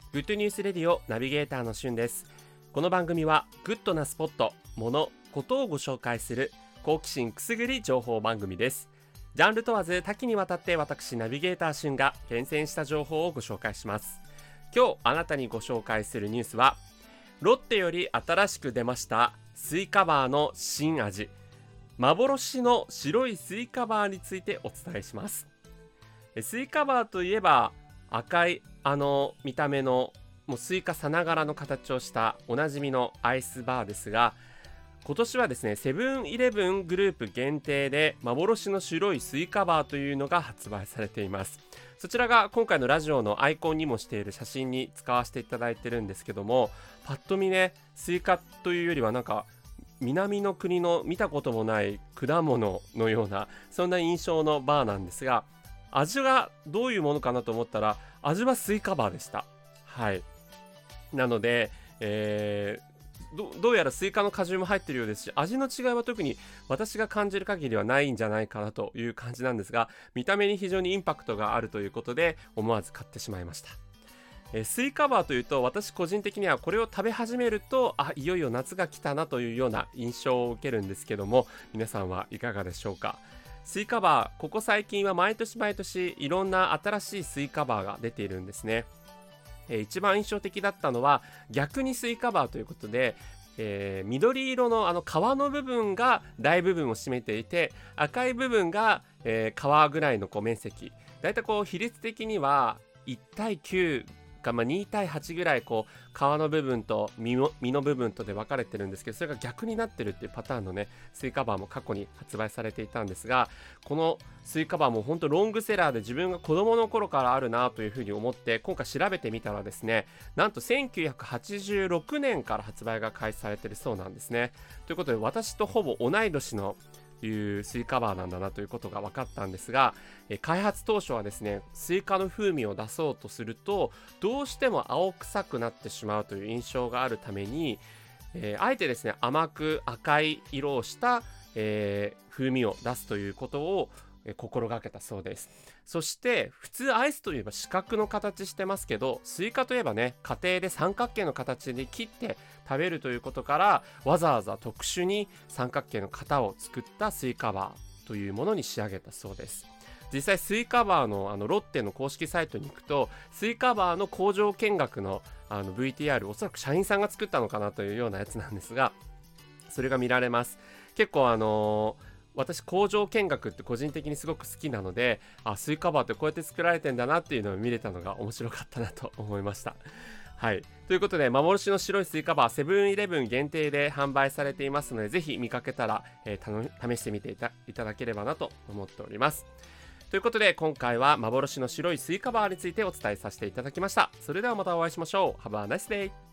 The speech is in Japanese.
グッドニュースレディオナビゲーターのしゅんです。この番組はグッドなスポット、物、ことをご紹介する好奇心くすぐり情報番組です。ジャンル問わず多岐にわたって私ナビゲーターしゅんが厳選した情報をご紹介します。今日あなたにご紹介するニュースは、ロッテより新しく出ましたスイカバーの新味、幻の白いスイカバーについてお伝えします。スイカバーといえば赤い見た目のもうスイカさながらの形をしたおなじみのアイスバーですが、今年はですねセブンイレブングループ限定で幻の白いスイカバーというのが発売されています。そちらが今回のラジオのアイコンにもしている写真に使わせていただいてるんですけども、パッと見ねスイカというよりはなんか南の国の見たこともない果物のようなそんな印象のバーなんですが、味がどういうものかなと思ったら味はスイカバーでした。はい。なので、どうやらスイカの果汁も入っているようですし、味の違いは特に私が感じる限りはないんじゃないかなという感じなんですが、見た目に非常にインパクトがあるということで思わず買ってしまいました。スイカバーというと私個人的にはこれを食べ始めるといよいよ夏が来たなというような印象を受けるんですけども、皆さんはいかがでしょうか。スイカバー、ここ最近は毎年いろんな新しいスイカバーが出ているんですね。一番印象的だったのは逆にスイカバーということで、緑色の皮の部分が大部分を占めていて、赤い部分が、皮ぐらいの面積、だいたい比率的には1対9か、2対8ぐらい皮の部分と実の部分とで分かれてるんですけど、それが逆になってるっていうパターンのねスイカバーも過去に発売されていたんですが、このスイカバーも本当ロングセラーで自分が子供の頃からあるなというふうに思って今回調べてみたらですね、なんと1986年から発売が開始されているそうなんですね。ということで私とほぼ同い年のいうスイカバーなんだなということが分かったんですが、開発当初はですねスイカの風味を出そうとするとどうしても青臭くなってしまうという印象があるために、あえてですね甘く赤い色をした、風味を出すということを心がけたそうです。そして普通アイスといえば四角の形してますけど、スイカといえばね家庭で三角形の形で切って食べるということから、わざわざ特殊に三角形の型を作ったスイカバーというものに仕上げたそうです。実際スイカバーのロッテの公式サイトに行くと、スイカバーの工場見学のVTR、おそらく社員さんが作ったのかなというようなやつなんですが、それが見られます。結構私工場見学って個人的にすごく好きなので、スイカバーってこうやって作られてんだなっていうのを見れたのが面白かったなと思いました。はい。ということで幻の白いスイカバーセブンイレブン限定で販売されていますので、ぜひ見かけたら、試してみていただければなと思っております。ということで今回は幻の白いスイカバーについてお伝えさせていただきました。それではまたお会いしましょう。Have a nice day!